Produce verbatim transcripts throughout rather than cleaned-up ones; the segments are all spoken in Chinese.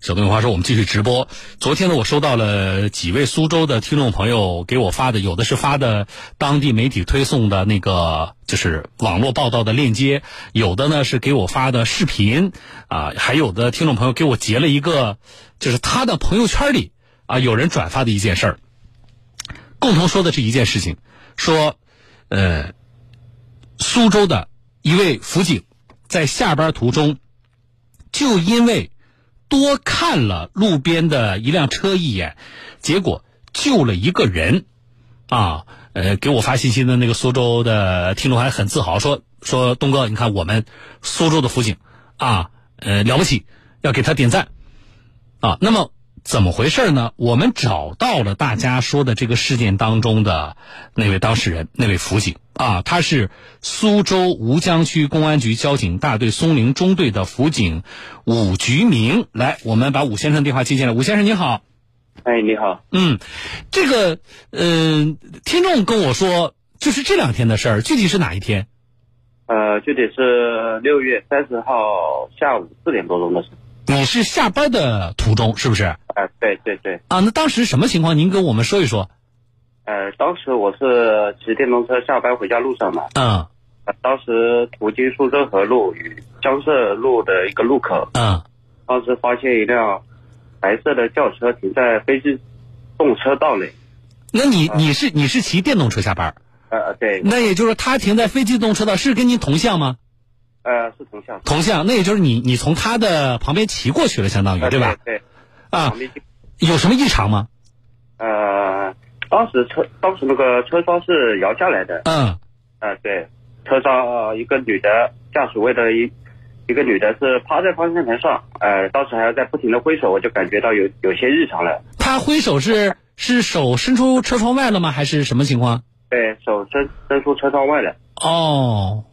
小东有话说，我们继续直播。昨天呢，我收到了几位苏州的听众朋友给我发的，有的是发的当地媒体推送的那个就是网络报道的链接，有的呢是给我发的视频啊，还有的听众朋友给我截了一个，就是他的朋友圈里啊有人转发的一件事儿，共同说的是一件事情，说呃苏州的一位辅警在下班途中，就因为多看了路边的一辆车一眼，结果救了一个人啊！呃，给我发信息的那个苏州的听众还很自豪，说说东哥，你看我们苏州的辅警啊，呃，了不起，要给他点赞啊！那么怎么回事呢？我们找到了大家说的这个事件当中的那位当事人，那位辅警啊，他是苏州吴江区公安局交警大队松陵中队的辅警武菊明。来，我们把武先生电话接进来。武先生您好。 哎，你好。 嗯，这个嗯、呃，听众跟我说，就是这两天的事儿，具体是哪一天？ 呃，具体是六月三十号下午四点多钟的事。 你是下班的途中是不是？ 呃，对对对。 啊，那当时什么情况？您跟我们说一说。 呃，当时我是骑电动车下班回家路上嘛。 嗯。 呃、当时途经苏州河路与江浙路的一个路口。 嗯。 当时发现一辆白色的轿车停在非机动车道内。 那你你是你是骑电动车下班？ 呃，对。 那也就是他停在非机动车道，是跟您同向吗？ 呃，是同向。 同向，那也就是你你从他的旁边骑过去了，相当于、呃、对吧？ 对。对啊，有什么异常吗？ 呃，当时车当时那个车窗是摇下来的。 嗯。 呃，对，车上、呃、一个女的驾驶位的一一个女的是趴在方向盘上，呃，当时还在不停的挥手，我就感觉到有有些异常了。 她挥手是是手伸出车窗外了吗？还是什么情况？ 对，手伸伸出车窗外了。 哦。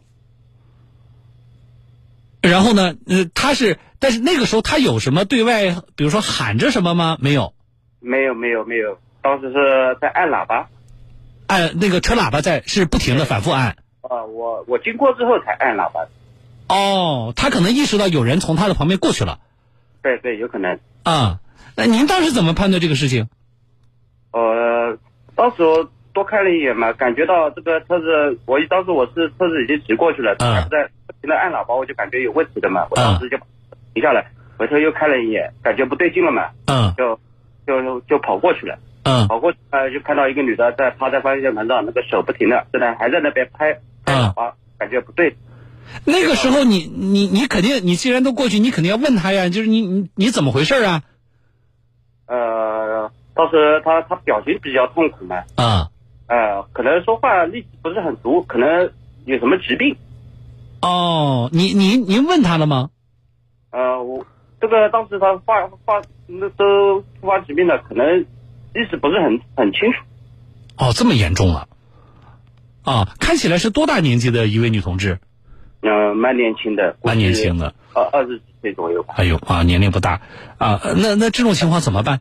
然后呢？呃，他是，但是那个时候他有什么对外，比如说喊着什么吗？没有。 没有，没有，没有。当时是在按喇叭。 按那个车喇叭在是不停的反复按。 啊，我我经过之后才按喇叭。 哦，他可能意识到有人从他的旁边过去了。 对对，有可能。 啊，那您当时怎么判断这个事情？ 呃，当时我多看了一眼嘛，感觉到这个车子，我一当时我是车子已经骑过去了，他还在不停的按喇叭，我就感觉有问题的嘛，我当时就停下来，回头又看了一眼，感觉不对劲了嘛， 嗯， 就就就跑过去了， 嗯， 跑过去呃就看到一个女的在趴在方向盘上，那个手不停的，现在还在那边拍拍喇叭，感觉不对。 那个时候你你你肯定，你既然都过去，你肯定要问他呀，就是你你你怎么回事啊？ 呃，当时他他表情比较痛苦嘛， 啊、 嗯，呃，可能说话力气不是很足，可能有什么疾病。 哦，你你您问他了吗？ 呃，我这个当时他发发那都突发疾病的，可能意识不是很很清楚。 哦，这么严重了。啊，看起来是多大年纪的一位女同志？ 嗯，蛮年轻的， 蛮年轻的， 二二十几岁左右吧。 哎呦啊，年龄不大啊，那那这种情况怎么办？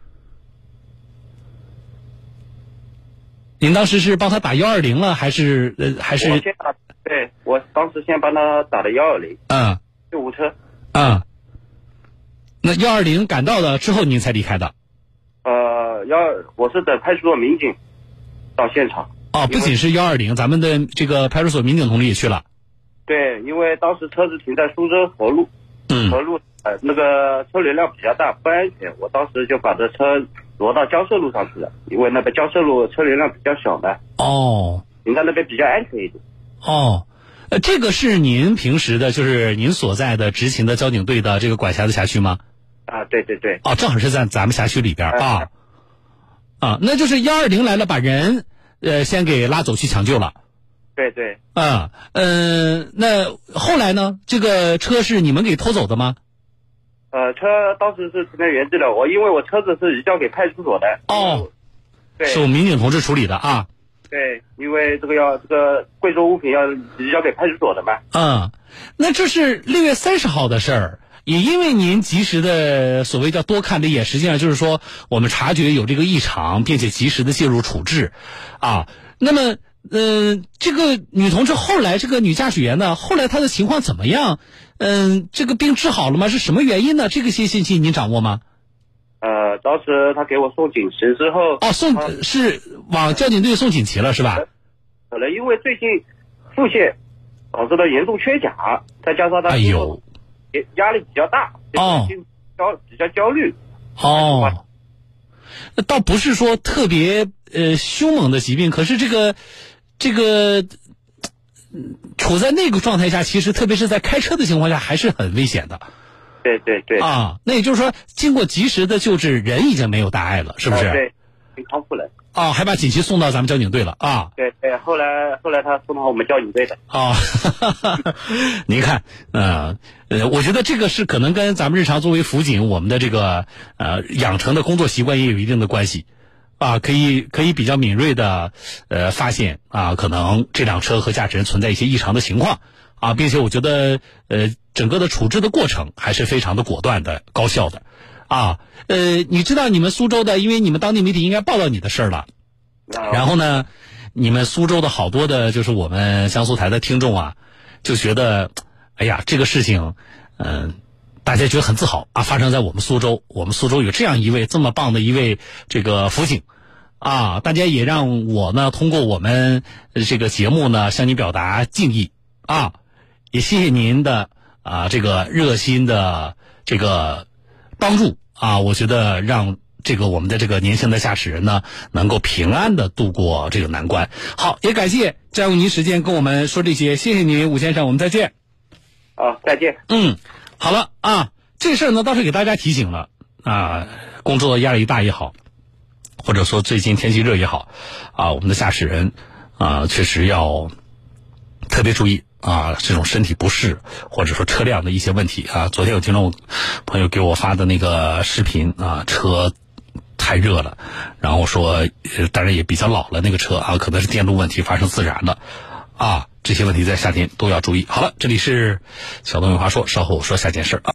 您当时是帮他打幺二零了，还是呃还是？ 我先打，对，我当时先帮他打的幺二零。 嗯。 救护车。 嗯。那幺二零赶到了之后，您才离开的？ 呃，幺我是等派出所民警到现场。 哦，不仅是幺二零，咱们的这个派出所民警同志也去了。 对，因为当时车子停在苏州河路， 嗯， 河路呃那个车流量比较大，不安全，我当时就把这车挪到交社路上去了，因为那个交社路车流量比较小的。 哦， 停在那边比较安全一点。 哦，呃，这个是您平时的，就是您所在的执勤的交警队的这个管辖的辖区吗？ 啊，对对对。 哦，正好是在咱们辖区里边、 呃、 啊。啊，那就是幺二零来了，把人呃先给拉走去抢救了。 对对。 啊，嗯、呃，那后来呢？这个车是你们给偷走的吗？ 呃，车当时是停在原地的，我因为我车子是移交给派出所的。 哦， 对， 是我们民警同志处理的啊。 对，因为这个要这个贵重物品要移交给派出所的嘛。 嗯，那这是六月三十号的事儿，也因为您及时的所谓叫多看了一眼，实际上就是说我们察觉有这个异常，并且及时的介入处置，啊，那么。呃，这个女同志后来，这个女驾驶员呢，后来她的情况怎么样？ 嗯，这个病治好了吗？是什么原因呢？这个些信息您掌握吗？ 呃，当时他给我送锦旗之后， 哦，送是往交警队送锦旗了是吧？ 可能因为最近腹泻导致的严重缺钾，再加上他哎呦压力比较大， 哦， 焦比较焦虑。 哦，那倒不是说特别呃凶猛的疾病，可是这个这个处在那个状态下，其实特别是在开车的情况下，还是很危险的。 对对对。 啊，那也就是说，经过及时的救治，人已经没有大碍了，是不是？ 呃、对，已经康复了。 哦，还把锦旗送到咱们交警队了啊！ 对对，后来后来他送到我们交警队的。 哦，您看，呃呃，我觉得这个是可能跟咱们日常作为辅警，我们的这个呃养成的工作习惯也有一定的关系。啊，可以可以比较敏锐的呃发现啊，可能这辆车和驾驶人存在一些异常的情况啊，并且我觉得呃整个的处置的过程还是非常的果断的、高效的啊。呃，你知道你们苏州的，因为你们当地媒体应该报道你的事儿了，然后呢，你们苏州的好多的就是我们江苏台的听众啊，就觉得哎呀这个事情嗯。呃大家觉得很自豪啊！发生在我们苏州，我们苏州有这样一位这么棒的一位这个辅警啊！大家也让我呢通过我们这个节目呢向您表达敬意啊！也谢谢您的啊这个热心的这个帮助啊！我觉得让这个我们的这个年轻的驾驶人呢能够平安的度过这个难关。好，也感谢占用您时间跟我们说这些，谢谢您，吴先生，我们再见。 好，再见。 嗯。好了啊，这事儿呢倒是给大家提醒了啊，工作压力大也好，或者说最近天气热也好啊，我们的驾驶人啊确实要特别注意啊，这种身体不适或者说车辆的一些问题啊。昨天有听众朋友给我发的那个视频啊，车太热了，然后说当然也比较老了那个车啊，可能是电路问题发生自燃了啊。这些问题在夏天都要注意。好了，这里是小东有话说，稍后说下件事啊。